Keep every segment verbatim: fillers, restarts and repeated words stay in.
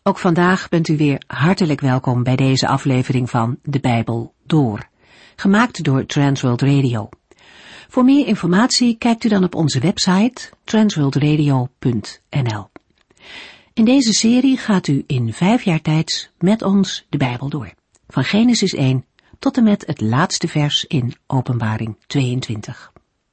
Ook vandaag bent u weer hartelijk welkom bij deze aflevering van De Bijbel Door, gemaakt door Transworld Radio. Voor meer informatie kijkt u dan op onze website transworld radio punt n l. In deze serie gaat u in vijf jaar tijd met ons de Bijbel door, van Genesis één tot en met het laatste vers in Openbaring tweeëntwintig.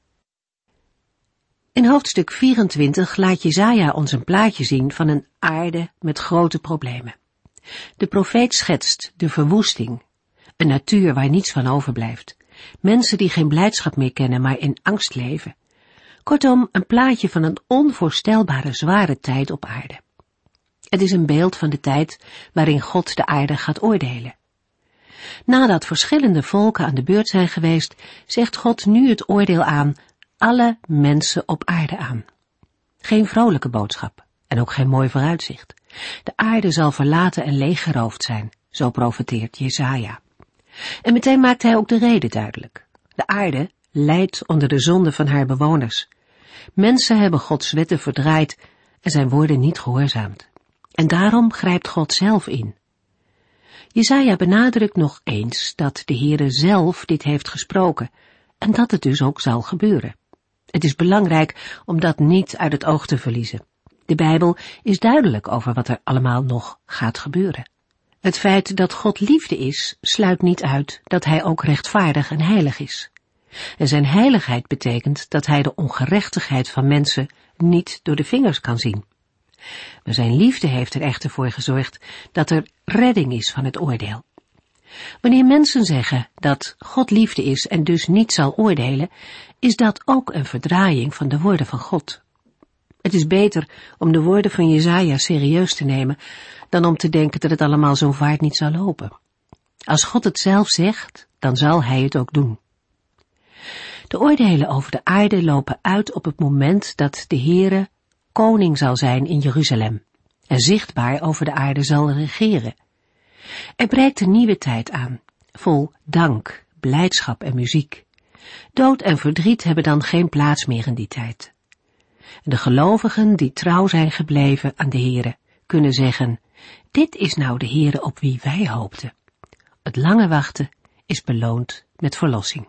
In hoofdstuk vierentwintig laat Jesaja ons een plaatje zien van een aarde met grote problemen. De profeet schetst de verwoesting, een natuur waar niets van overblijft, mensen die geen blijdschap meer kennen, maar in angst leven. Kortom, een plaatje van een onvoorstelbare zware tijd op aarde. Het is een beeld van de tijd waarin God de aarde gaat oordelen. Nadat verschillende volken aan de beurt zijn geweest, zegt God nu het oordeel aan alle mensen op aarde aan. Geen vrolijke boodschap en ook geen mooi vooruitzicht. De aarde zal verlaten en leeggeroofd zijn, zo profeteert Jesaja. En meteen maakt hij ook de reden duidelijk. De aarde lijdt onder de zonde van haar bewoners. Mensen hebben Gods wetten verdraaid en zijn woorden niet gehoorzaamd. En daarom grijpt God zelf in. Jesaja benadrukt nog eens dat de Heere zelf dit heeft gesproken en dat het dus ook zal gebeuren. Het is belangrijk om dat niet uit het oog te verliezen. De Bijbel is duidelijk over wat er allemaal nog gaat gebeuren. Het feit dat God liefde is, sluit niet uit dat hij ook rechtvaardig en heilig is. En zijn heiligheid betekent dat hij de ongerechtigheid van mensen niet door de vingers kan zien. Maar zijn liefde heeft er echter voor gezorgd dat er redding is van het oordeel. Wanneer mensen zeggen dat God liefde is en dus niet zal oordelen, is dat ook een verdraaiing van de woorden van God. Het is beter om de woorden van Jesaja serieus te nemen dan om te denken dat het allemaal zo vaart niet zal lopen. Als God het zelf zegt, dan zal hij het ook doen. De oordelen over de aarde lopen uit op het moment dat de Heere koning zal zijn in Jeruzalem en zichtbaar over de aarde zal regeren. Er breekt een nieuwe tijd aan, vol dank, blijdschap en muziek. Dood en verdriet hebben dan geen plaats meer in die tijd. De gelovigen die trouw zijn gebleven aan de Heere kunnen zeggen, dit is nou de Heere op wie wij hoopten. Het lange wachten is beloond met verlossing.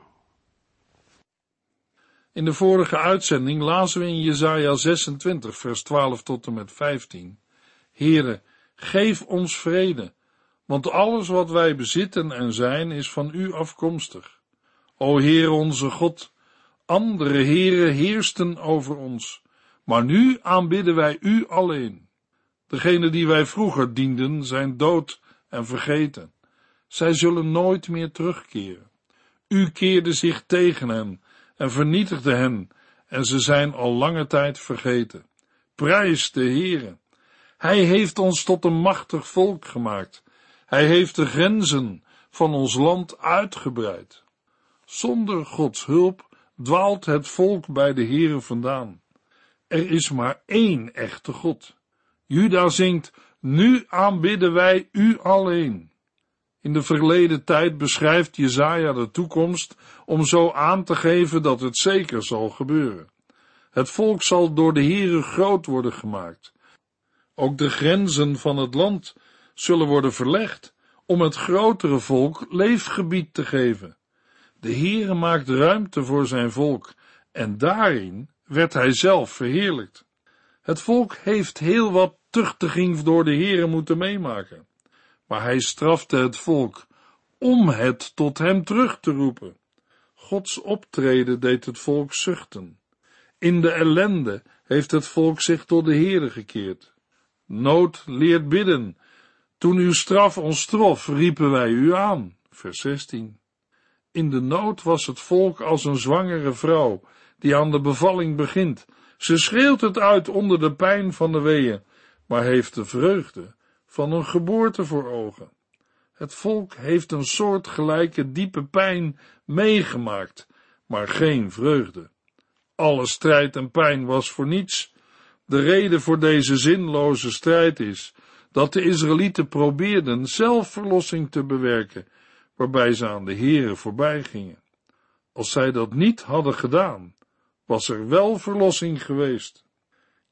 In de vorige uitzending lazen we in Jesaja zesentwintig, vers twaalf tot en met vijftien. Heere, geef ons vrede, want alles wat wij bezitten en zijn is van u afkomstig. O Heere onze God, andere heren heersten over ons, maar nu aanbidden wij u alleen. Degenen die wij vroeger dienden zijn dood en vergeten. Zij zullen nooit meer terugkeren. U keerde zich tegen hen en vernietigde hen, en ze zijn al lange tijd vergeten. Prijs de Heere. Hij heeft ons tot een machtig volk gemaakt. Hij heeft de grenzen van ons land uitgebreid. Zonder Gods hulp dwaalt het volk bij de Heere vandaan. Er is maar één echte God. Juda zingt, nu aanbidden wij u alleen. In de verleden tijd beschrijft Jesaja de toekomst om zo aan te geven dat het zeker zal gebeuren. Het volk zal door de Heere groot worden gemaakt. Ook de grenzen van het land zullen worden verlegd om het grotere volk leefgebied te geven. De Heere maakt ruimte voor zijn volk en daarin werd hij zelf verheerlijkt. Het volk heeft heel wat tuchtiging door de Heere moeten meemaken. Maar hij strafte het volk om het tot hem terug te roepen. Gods optreden deed het volk zuchten. In de ellende heeft het volk zich tot de Heere gekeerd. Nood leert bidden. Toen uw straf ons trof, riepen wij u aan. Vers zestien. In de nood was het volk als een zwangere vrouw, die aan de bevalling begint. Ze schreeuwt het uit onder de pijn van de weeën, maar heeft de vreugde van een geboorte voor ogen. Het volk heeft een soortgelijke diepe pijn meegemaakt, maar geen vreugde. Alle strijd en pijn was voor niets. De reden voor deze zinloze strijd is dat de Israëlieten probeerden zelf verlossing te bewerken, waarbij ze aan de Heere voorbij gingen. Als zij dat niet hadden gedaan, was er wel verlossing geweest.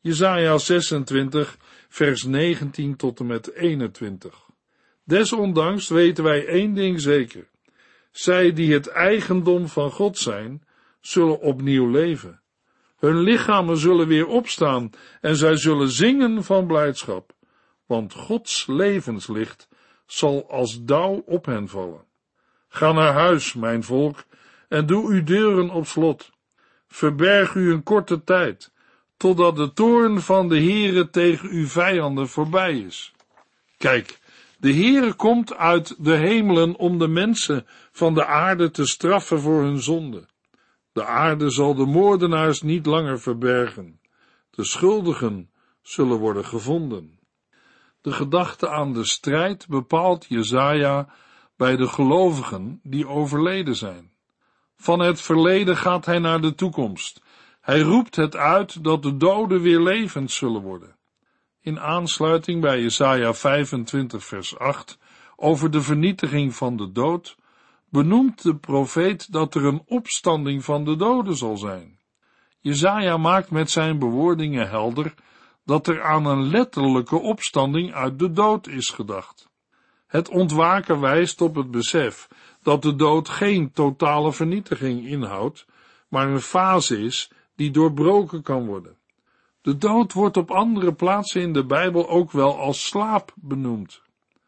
Jesaja zesentwintig, vers negentien tot en met eenentwintig. Desondanks weten wij één ding zeker. Zij die het eigendom van God zijn, zullen opnieuw leven. Hun lichamen zullen weer opstaan en zij zullen zingen van blijdschap, want Gods levenslicht zal als dauw op hen vallen. Ga naar huis, mijn volk, en doe uw deuren op slot. Verberg u een korte tijd, totdat de toorn van de Heere tegen uw vijanden voorbij is. Kijk, de Heere komt uit de hemelen om de mensen van de aarde te straffen voor hun zonde. De aarde zal de moordenaars niet langer verbergen. De schuldigen zullen worden gevonden. De gedachte aan de strijd bepaalt Jesaja bij de gelovigen die overleden zijn. Van het verleden gaat hij naar de toekomst. Hij roept het uit dat de doden weer levend zullen worden. In aansluiting bij Jesaja vijfentwintig vers acht over de vernietiging van de dood, benoemt de profeet dat er een opstanding van de doden zal zijn. Jesaja maakt met zijn bewoordingen helder dat er aan een letterlijke opstanding uit de dood is gedacht. Het ontwaken wijst op het besef dat de dood geen totale vernietiging inhoudt, maar een fase is die doorbroken kan worden. De dood wordt op andere plaatsen in de Bijbel ook wel als slaap benoemd.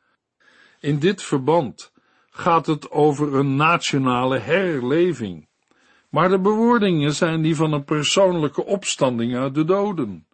In dit verband gaat het over een nationale herleving, maar de bewoordingen zijn die van een persoonlijke opstanding uit de doden.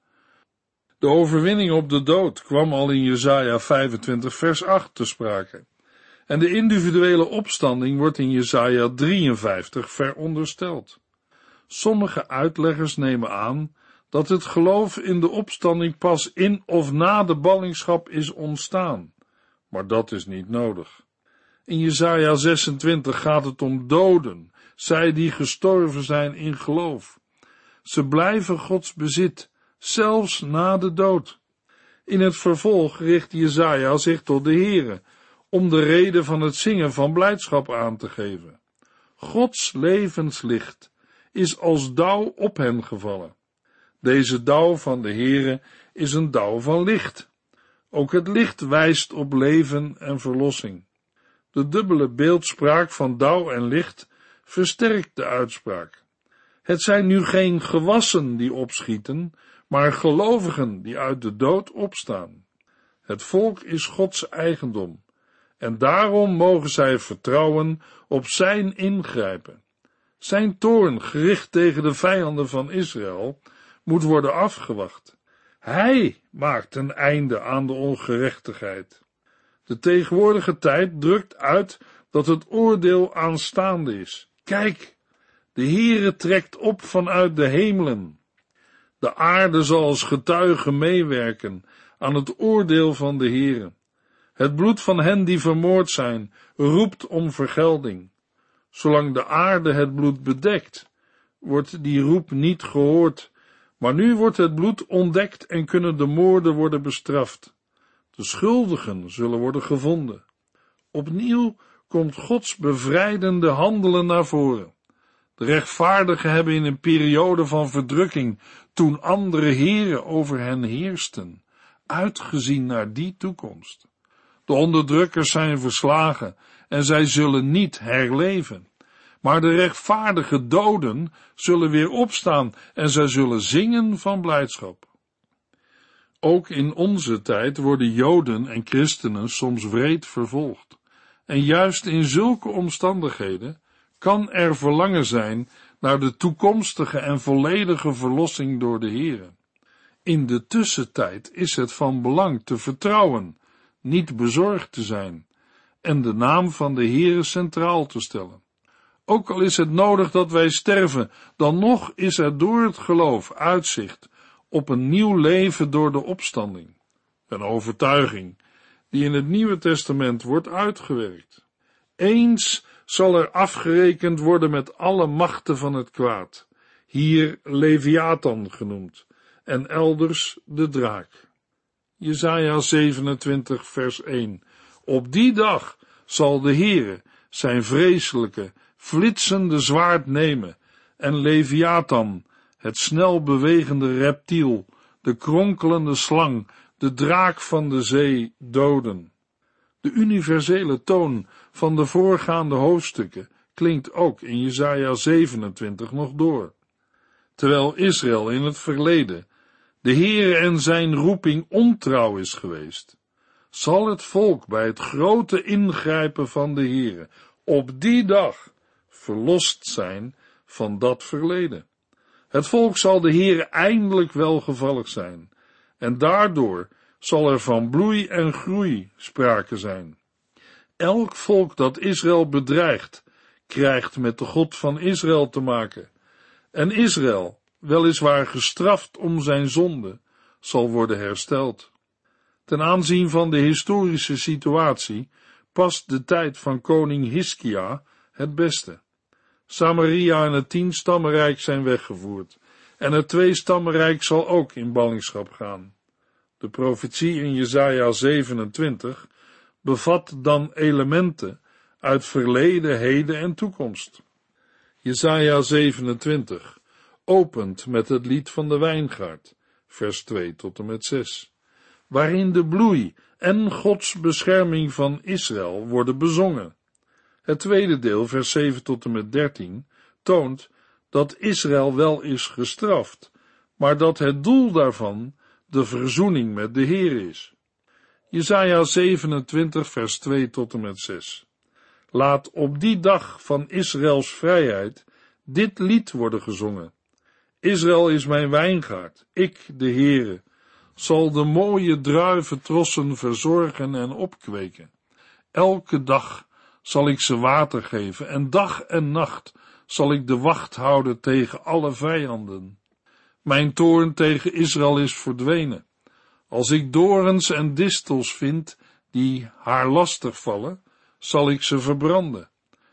De overwinning op de dood kwam al in Jesaja vijfentwintig vers acht te sprake, en de individuele opstanding wordt in Jesaja drieënvijftig verondersteld. Sommige uitleggers nemen aan dat het geloof in de opstanding pas in of na de ballingschap is ontstaan, maar dat is niet nodig. In Jesaja zesentwintig gaat het om doden, zij die gestorven zijn in geloof. Ze blijven Gods bezit, zelfs na de dood. In het vervolg richt Jesaja zich tot de Heere, om de reden van het zingen van blijdschap aan te geven. Gods levenslicht is als dauw op hen gevallen. Deze dauw van de Heere is een dauw van licht. Ook het licht wijst op leven en verlossing. De dubbele beeldspraak van dauw en licht versterkt de uitspraak. Het zijn nu geen gewassen die opschieten, maar gelovigen die uit de dood opstaan. Het volk is Gods eigendom, en daarom mogen zij vertrouwen op zijn ingrijpen. Zijn toorn, gericht tegen de vijanden van Israël, moet worden afgewacht. Hij maakt een einde aan de ongerechtigheid. De tegenwoordige tijd drukt uit dat het oordeel aanstaande is. Kijk, de Heere trekt op vanuit de hemelen. De aarde zal als getuige meewerken aan het oordeel van de Heere. Het bloed van hen die vermoord zijn, roept om vergelding. Zolang de aarde het bloed bedekt, wordt die roep niet gehoord, maar nu wordt het bloed ontdekt en kunnen de moorden worden bestraft. De schuldigen zullen worden gevonden. Opnieuw komt Gods bevrijdende handelen naar voren. De rechtvaardigen hebben in een periode van verdrukking, toen andere heren over hen heersten, uitgezien naar die toekomst. De onderdrukkers zijn verslagen en zij zullen niet herleven. Maar de rechtvaardige doden zullen weer opstaan en zij zullen zingen van blijdschap. Ook in onze tijd worden Joden en christenen soms wreed vervolgd. En juist in zulke omstandigheden kan er verlangen zijn naar de toekomstige en volledige verlossing door de Heere. In de tussentijd is het van belang te vertrouwen, niet bezorgd te zijn en de naam van de Heere centraal te stellen. Ook al is het nodig dat wij sterven, dan nog is er door het geloof uitzicht op een nieuw leven door de opstanding. Een overtuiging die in het Nieuwe Testament wordt uitgewerkt. Eens zal er afgerekend worden met alle machten van het kwaad, hier Leviathan genoemd, en elders de draak. Jesaja zevenentwintig vers één. Op die dag zal de Heere zijn vreselijke, flitsende zwaard nemen en Leviathan, het snel bewegende reptiel, de kronkelende slang, de draak van de zee, doden. De universele toon van de voorgaande hoofdstukken klinkt ook in Jesaja zevenentwintig nog door. Terwijl Israël in het verleden de Heere en zijn roeping ontrouw is geweest, zal het volk bij het grote ingrijpen van de Heere op die dag verlost zijn van dat verleden. Het volk zal de Heere eindelijk welgevallig zijn, en daardoor zal er van bloei en groei sprake zijn. Elk volk dat Israël bedreigt, krijgt met de God van Israël te maken, en Israël, weliswaar gestraft om zijn zonde, zal worden hersteld. Ten aanzien van de historische situatie past de tijd van koning Hiskia het beste. Samaria en het tienstammenrijk zijn weggevoerd, en het tweestammenrijk zal ook in ballingschap gaan. De profetie in Jesaja zevenentwintig bevat dan elementen uit verleden, heden en toekomst. Jesaja zevenentwintig opent met het lied van de wijngaard, vers twee tot en met zes, waarin de bloei en Gods bescherming van Israël worden bezongen. Het tweede deel, vers zeven tot en met dertien, toont dat Israël wel is gestraft, maar dat het doel daarvan de verzoening met de Heer is. Jesaja zevenentwintig, vers twee tot en met zes. Laat op die dag van Israëls vrijheid dit lied worden gezongen. Israël is mijn wijngaard, ik, de Heere, zal de mooie druiventrossen verzorgen en opkweken. Elke dag zal ik ze water geven, en dag en nacht zal ik de wacht houden tegen alle vijanden. Mijn toorn tegen Israël is verdwenen. Als ik dorens en distels vind die haar lastig vallen, zal ik ze verbranden.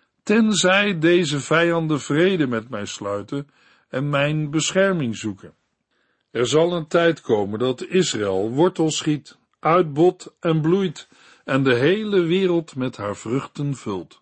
Tenzij deze vijanden vrede met mij sluiten en mijn bescherming zoeken. Er zal een tijd komen dat Israël wortel schiet, uitbot en bloeit, en de hele wereld met haar vruchten vult.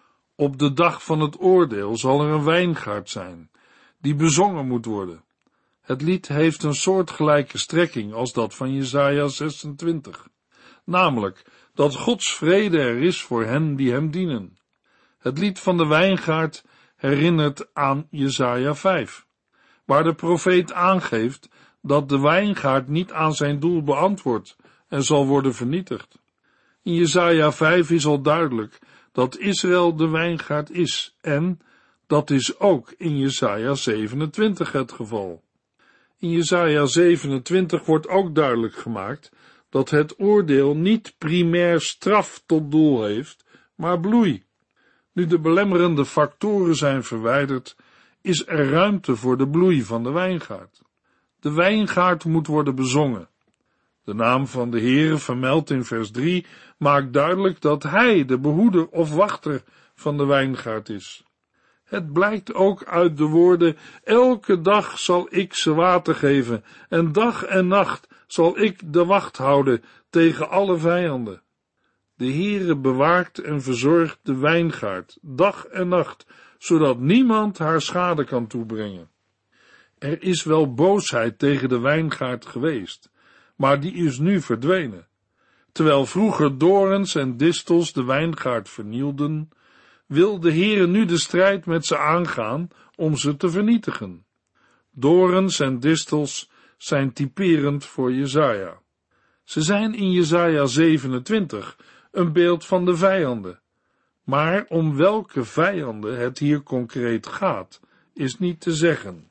Op de dag van het oordeel zal er een wijngaard zijn, die bezongen moet worden. Het lied heeft een soortgelijke strekking als dat van Jesaja zesentwintig, namelijk dat Gods vrede er is voor hen die hem dienen. Het lied van de wijngaard herinnert aan Jesaja vijf, waar de profeet aangeeft dat de wijngaard niet aan zijn doel beantwoordt en zal worden vernietigd. In Jesaja vijf is al duidelijk dat Israël de wijngaard is, en dat is ook in Jesaja zevenentwintig het geval. In Jesaja zevenentwintig wordt ook duidelijk gemaakt dat het oordeel niet primair straf tot doel heeft, maar bloei. Nu de belemmerende factoren zijn verwijderd, is er ruimte voor de bloei van de wijngaard. De wijngaard moet worden bezongen. De naam van de Heere, vermeld in vers drie, maakt duidelijk dat hij de behoeder of wachter van de wijngaard is. Het blijkt ook uit de woorden: elke dag zal ik ze water geven, en dag en nacht zal ik de wacht houden tegen alle vijanden. De Heere bewaakt en verzorgt de wijngaard, dag en nacht, zodat niemand haar schade kan toebrengen. Er is wel boosheid tegen de wijngaard geweest, maar die is nu verdwenen. Terwijl vroeger dorens en distels de wijngaard vernielden, wil de Heere nu de strijd met ze aangaan om ze te vernietigen. Dorens en distels zijn typerend voor Jesaja. Ze zijn in Jesaja zevenentwintig een beeld van de vijanden. Maar om welke vijanden het hier concreet gaat, is niet te zeggen.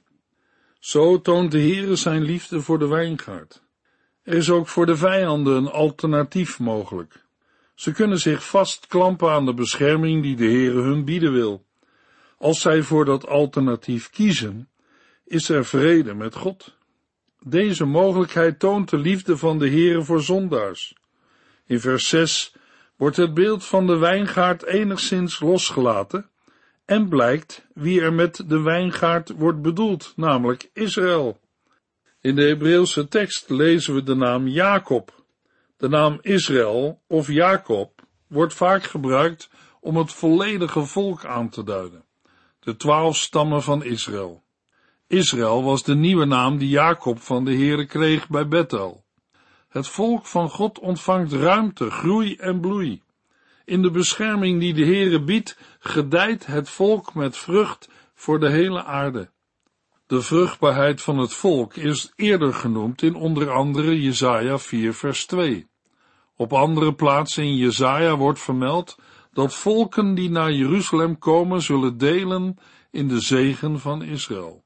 Zo toont de Heere zijn liefde voor de wijngaard. Er is ook voor de vijanden een alternatief mogelijk. Ze kunnen zich vastklampen aan de bescherming die de Heere hun bieden wil. Als zij voor dat alternatief kiezen, is er vrede met God. Deze mogelijkheid toont de liefde van de Heere voor zondaars. In vers zes wordt het beeld van de wijngaard enigszins losgelaten en blijkt wie er met de wijngaard wordt bedoeld, namelijk Israël. In de Hebreeuwse tekst lezen we de naam Jacob. De naam Israël of Jacob wordt vaak gebruikt om het volledige volk aan te duiden, de twaalf stammen van Israël. Israël was de nieuwe naam die Jacob van de Heere kreeg bij Bethel. Het volk van God ontvangt ruimte, groei en bloei. In de bescherming die de Heere biedt, gedijt het volk met vrucht voor de hele aarde. De vruchtbaarheid van het volk is eerder genoemd in onder andere Jesaja vier vers twee. Op andere plaatsen in Jesaja wordt vermeld dat volken die naar Jeruzalem komen zullen delen in de zegen van Israël.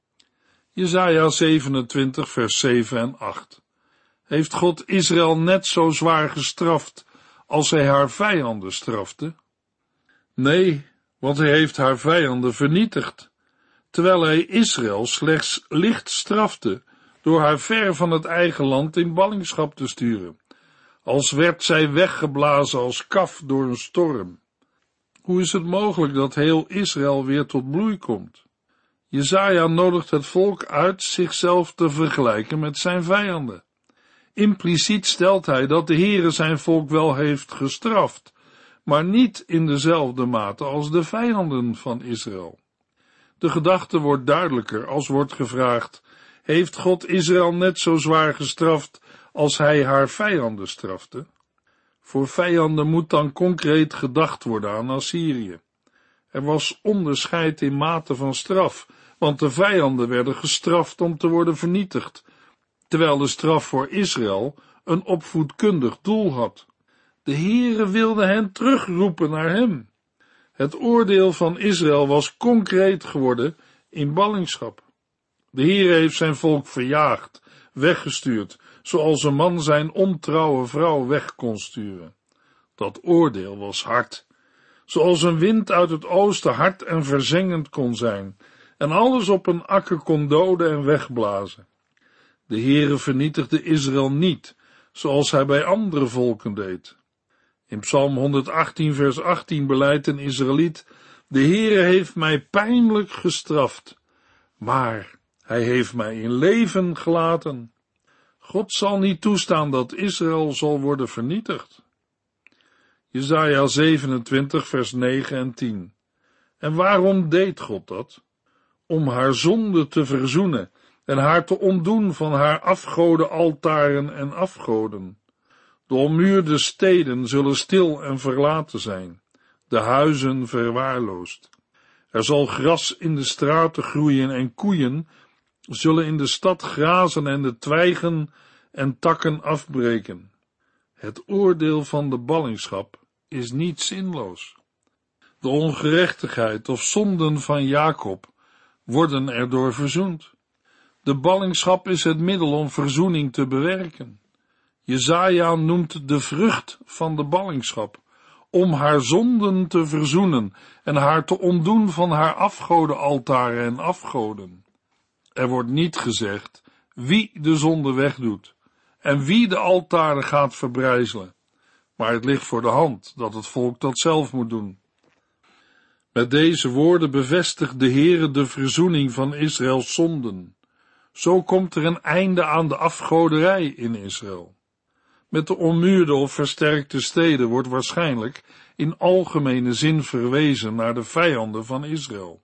Jesaja zevenentwintig vers zeven en acht. Heeft God Israël net zo zwaar gestraft als hij haar vijanden strafte? Nee, want hij heeft haar vijanden vernietigd, terwijl hij Israël slechts licht strafte door haar ver van het eigen land in ballingschap te sturen, als werd zij weggeblazen als kaf door een storm. Hoe is het mogelijk dat heel Israël weer tot bloei komt? Jesaja nodigt het volk uit zichzelf te vergelijken met zijn vijanden. Impliciet stelt hij dat de Heere zijn volk wel heeft gestraft, maar niet in dezelfde mate als de vijanden van Israël. De gedachte wordt duidelijker als wordt gevraagd: heeft God Israël net zo zwaar gestraft als hij haar vijanden strafte? Voor vijanden moet dan concreet gedacht worden aan Assyrië. Er was onderscheid in mate van straf, want de vijanden werden gestraft om te worden vernietigd, terwijl de straf voor Israël een opvoedkundig doel had. De Heere wilde hen terugroepen naar hem. Het oordeel van Israël was concreet geworden in ballingschap. De Heere heeft zijn volk verjaagd, weggestuurd, zoals een man zijn ontrouwe vrouw weg kon sturen. Dat oordeel was hard, zoals een wind uit het oosten hard en verzengend kon zijn, en alles op een akker kon doden en wegblazen. De Heere vernietigde Israël niet, zoals hij bij andere volken deed. In Psalm honderdachttien vers achttien beleidt een Israëliet: de Heere heeft mij pijnlijk gestraft, maar hij heeft mij in leven gelaten. God zal niet toestaan dat Israël zal worden vernietigd. Jesaja zevenentwintig vers negen en tien. En waarom deed God dat? Om haar zonde te verzoenen en haar te ontdoen van haar afgodenaltaren en afgoden. De ommuurde steden zullen stil en verlaten zijn, de huizen verwaarloosd. Er zal gras in de straten groeien en koeien zullen in de stad grazen en de twijgen en takken afbreken. Het oordeel van de ballingschap is niet zinloos. De ongerechtigheid of zonden van Jacob worden erdoor verzoend. De ballingschap is het middel om verzoening te bewerken. Jesaja noemt de vrucht van de ballingschap, om haar zonden te verzoenen en haar te ontdoen van haar afgodenaltaren en afgoden. Er wordt niet gezegd wie de zonde wegdoet en wie de altaren gaat verbrijzelen, maar het ligt voor de hand dat het volk dat zelf moet doen. Met deze woorden bevestigt de Heere de verzoening van Israëls zonden. Zo komt er een einde aan de afgoderij in Israël. Met de ommuurde of versterkte steden wordt waarschijnlijk in algemene zin verwezen naar de vijanden van Israël.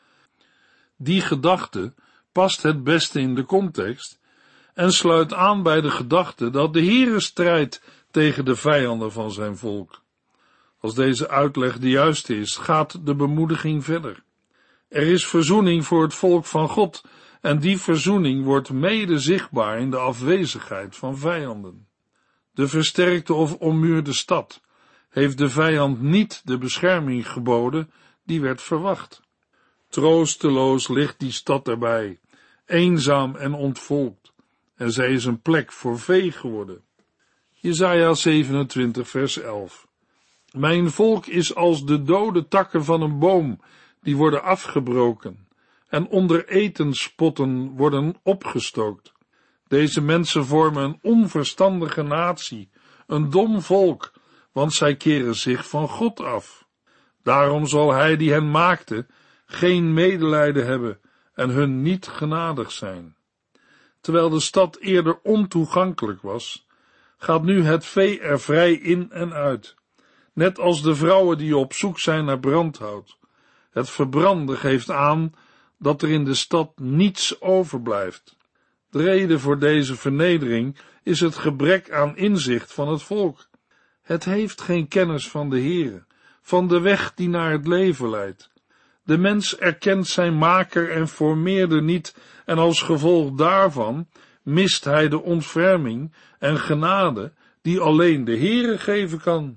Die gedachte past het beste in de context en sluit aan bij de gedachte dat de Heere strijdt tegen de vijanden van zijn volk. Als deze uitleg de juiste is, gaat de bemoediging verder. Er is verzoening voor het volk van God en die verzoening wordt mede zichtbaar in de afwezigheid van vijanden. De versterkte of ommuurde stad heeft de vijand niet de bescherming geboden die werd verwacht. Troosteloos ligt die stad erbij, eenzaam en ontvolkt, en zij is een plek voor vee geworden. Jesaja zevenentwintig vers elf. Mijn volk is als de dode takken van een boom, die worden afgebroken, en onder etenspotten worden opgestookt. Deze mensen vormen een onverstandige natie, een dom volk, want zij keren zich van God af. Daarom zal hij die hen maakte geen medelijden hebben en hun niet genadig zijn. Terwijl de stad eerder ontoegankelijk was, gaat nu het vee er vrij in en uit, net als de vrouwen die op zoek zijn naar brandhout. Het verbranden geeft aan dat er in de stad niets overblijft. De reden voor deze vernedering is het gebrek aan inzicht van het volk. Het heeft geen kennis van de Heere, van de weg die naar het leven leidt. De mens erkent zijn maker en formeerder niet, en als gevolg daarvan mist hij de ontferming en genade die alleen de Heere geven kan.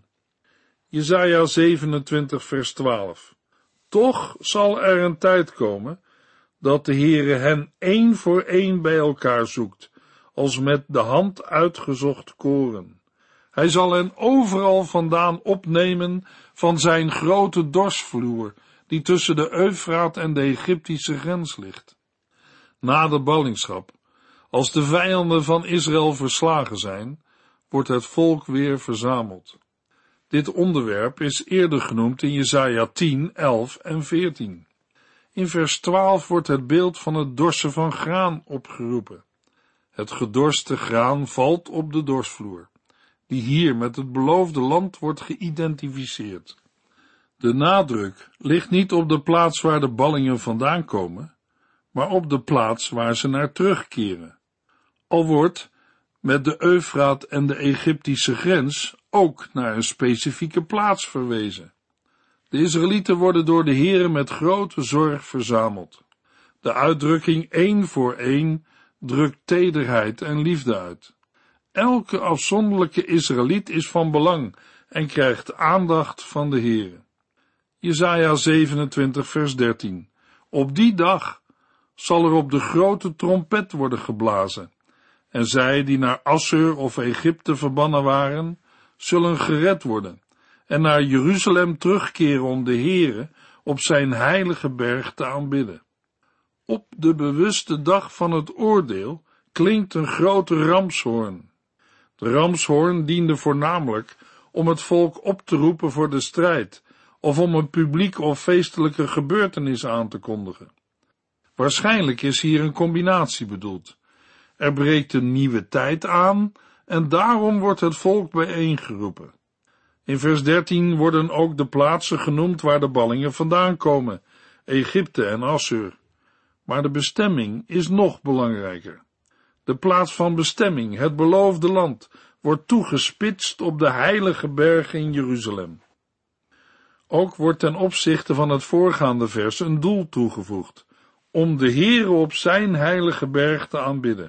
Jesaja zevenentwintig vers twaalf. Toch zal er een tijd komen dat de Heere hen één voor één bij elkaar zoekt, als met de hand uitgezocht koren. Hij zal hen overal vandaan opnemen van zijn grote dorsvloer, die tussen de Eufraat en de Egyptische grens ligt. Na de ballingschap, als de vijanden van Israël verslagen zijn, wordt het volk weer verzameld. Dit onderwerp is eerder genoemd in Jesaja tien, elf en veertien. In vers twaalf wordt het beeld van het dorsen van graan opgeroepen. Het gedorste graan valt op de dorsvloer, die hier met het beloofde land wordt geïdentificeerd. De nadruk ligt niet op de plaats waar de ballingen vandaan komen, maar op de plaats waar ze naar terugkeren. Al wordt met de Eufraat en de Egyptische grens ook naar een specifieke plaats verwezen. De Israëlieten worden door de Heere met grote zorg verzameld. De uitdrukking één voor één drukt tederheid en liefde uit. Elke afzonderlijke Israëliet is van belang en krijgt aandacht van de Heere. Jesaja zevenentwintig vers dertien. Op die dag zal er op de grote trompet worden geblazen, en zij die naar Assur of Egypte verbannen waren, zullen gered worden en naar Jeruzalem terugkeren om de Heere op zijn heilige berg te aanbidden. Op de bewuste dag van het oordeel klinkt een grote ramshoorn. De ramshoorn diende voornamelijk om het volk op te roepen voor de strijd, of om een publiek of feestelijke gebeurtenis aan te kondigen. Waarschijnlijk is hier een combinatie bedoeld. Er breekt een nieuwe tijd aan en daarom wordt het volk bijeengeroepen. In vers dertien worden ook de plaatsen genoemd waar de ballingen vandaan komen, Egypte en Assur. Maar de bestemming is nog belangrijker. De plaats van bestemming, het beloofde land, wordt toegespitst op de heilige berg in Jeruzalem. Ook wordt ten opzichte van het voorgaande vers een doel toegevoegd, om de Heere op zijn heilige berg te aanbidden.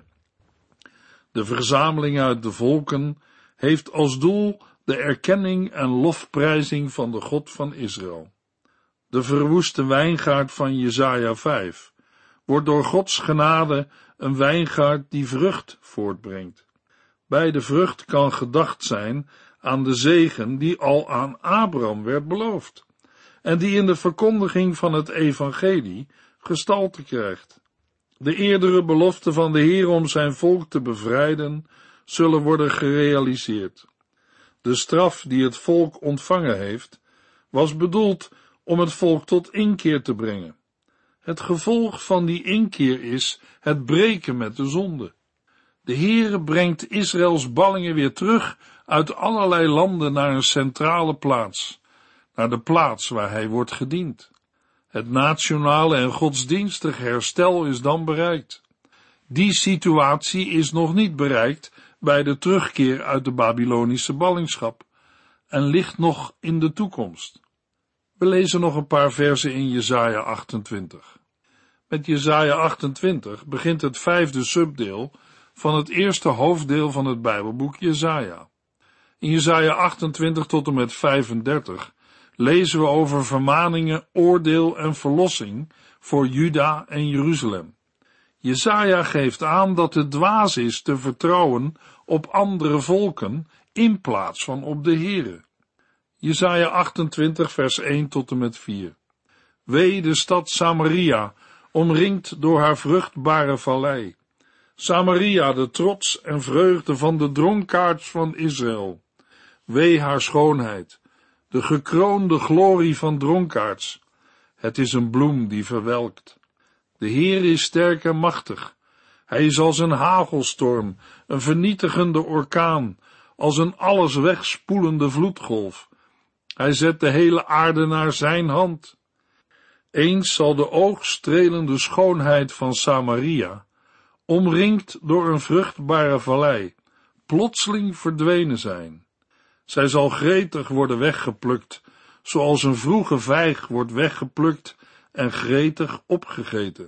De verzameling uit de volken heeft als doel de erkenning en lofprijzing van de God van Israël. De verwoeste wijngaard van Jesaja vijf wordt door Gods genade een wijngaard die vrucht voortbrengt. Bij de vrucht kan gedacht zijn aan de zegen die al aan Abraham werd beloofd en die in de verkondiging van het evangelie gestalte krijgt. De eerdere beloften van de Heer om zijn volk te bevrijden zullen worden gerealiseerd. De straf die het volk ontvangen heeft, was bedoeld om het volk tot inkeer te brengen. Het gevolg van die inkeer is het breken met de zonde. De Heere brengt Israëls ballingen weer terug uit allerlei landen naar een centrale plaats, naar de plaats waar hij wordt gediend. Het nationale en godsdienstig herstel is dan bereikt. Die situatie is nog niet bereikt bij de terugkeer uit de Babylonische ballingschap en ligt nog in de toekomst. We lezen nog een paar versen in Jesaja achtentwintig. Met Jesaja achtentwintig begint het vijfde subdeel van het eerste hoofddeel van het Bijbelboek Jesaja. In Jesaja achtentwintig tot en met vijfendertig lezen we over vermaningen, oordeel en verlossing voor Juda en Jeruzalem. Jesaja geeft aan dat het dwaas is te vertrouwen op andere volken in plaats van op de Heere. Jesaja achtentwintig vers één tot en met vier. Wee de stad Samaria, omringd door haar vruchtbare vallei. Samaria, de trots en vreugde van de dronkaards van Israël. Wee haar schoonheid, de gekroonde glorie van dronkaards. Het is een bloem die verwelkt. De Heer is sterk en machtig. Hij is als een hagelstorm, een vernietigende orkaan, als een alles wegspoelende vloedgolf. Hij zet de hele aarde naar zijn hand. Eens zal de oogstrelende schoonheid van Samaria, omringd door een vruchtbare vallei, plotseling verdwenen zijn. Zij zal gretig worden weggeplukt, zoals een vroege vijg wordt weggeplukt en gretig opgegeten.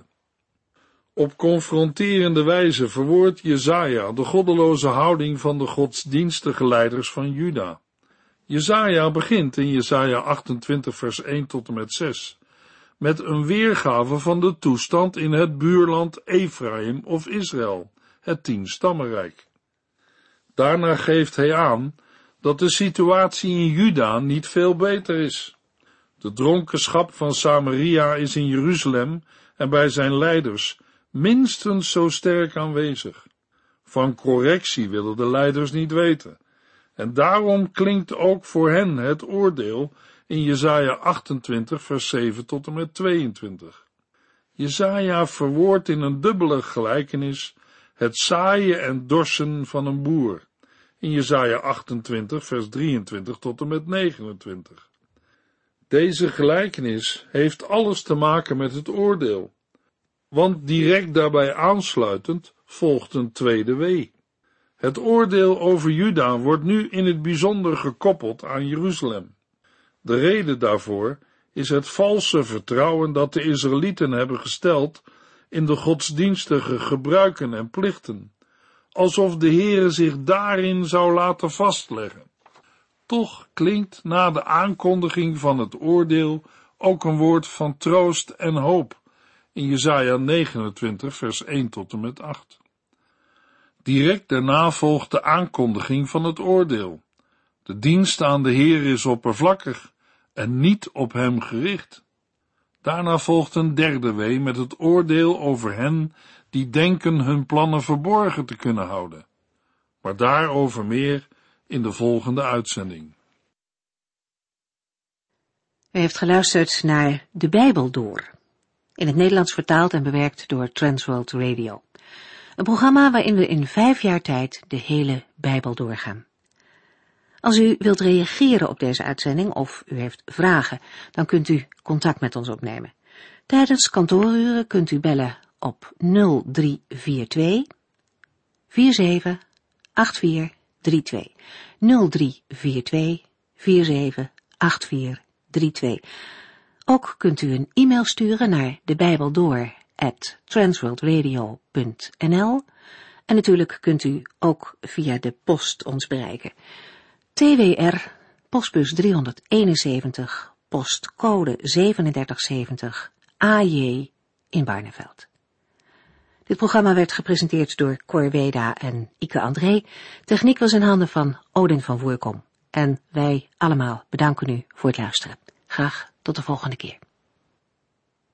Op confronterende wijze verwoordt Jesaja de goddeloze houding van de godsdienstige leiders van Juda. Jesaja begint in Jesaja achtentwintig vers één tot en met zes met een weergave van de toestand in het buurland Ephraim of Israël, het tienstammenrijk. Daarna geeft hij aan dat de situatie in Juda niet veel beter is. De dronkenschap van Samaria is in Jeruzalem en bij zijn leiders minstens zo sterk aanwezig. Van correctie willen de leiders niet weten. En daarom klinkt ook voor hen het oordeel in Jesaja achtentwintig vers zeven tot en met tweeëntwintig. Jesaja verwoordt in een dubbele gelijkenis het zaaien en dorsen van een boer. In Jesaja achtentwintig vers drieëntwintig tot en met negenentwintig. Deze gelijkenis heeft alles te maken met het oordeel, want direct daarbij aansluitend volgt een tweede wee. Het oordeel over Juda wordt nu in het bijzonder gekoppeld aan Jeruzalem. De reden daarvoor is het valse vertrouwen dat de Israëlieten hebben gesteld in de godsdienstige gebruiken en plichten, alsof de Heere zich daarin zou laten vastleggen. Toch klinkt na de aankondiging van het oordeel ook een woord van troost en hoop in Jesaja negenentwintig vers één tot en met acht. Direct daarna volgt de aankondiging van het oordeel. De dienst aan de Heer is oppervlakkig en niet op hem gericht. Daarna volgt een derde wee met het oordeel over hen die denken hun plannen verborgen te kunnen houden. Maar daarover meer in de volgende uitzending. U heeft geluisterd naar De Bijbel Door, in het Nederlands vertaald en bewerkt door Transworld Radio. Een programma waarin we in vijf jaar tijd de hele Bijbel doorgaan. Als u wilt reageren op deze uitzending of u heeft vragen, dan kunt u contact met ons opnemen. Tijdens kantooruren kunt u bellen op nul drie vier twee vier zeven acht vier drie twee. nul drie vier twee vier zeven acht vier drie twee. Ook kunt u een e-mail sturen naar debijbeldoor at transworldradio punt n l en natuurlijk kunt u ook via de post ons bereiken. T W R, postbus driehonderdeenenzeventig, postcode zevenendertig zeventig, A J in Barneveld. Dit programma werd gepresenteerd door Cor Weda en Ike André. Techniek was in handen van Odin van Voerkom. En wij allemaal bedanken u voor het luisteren. Graag tot de volgende keer.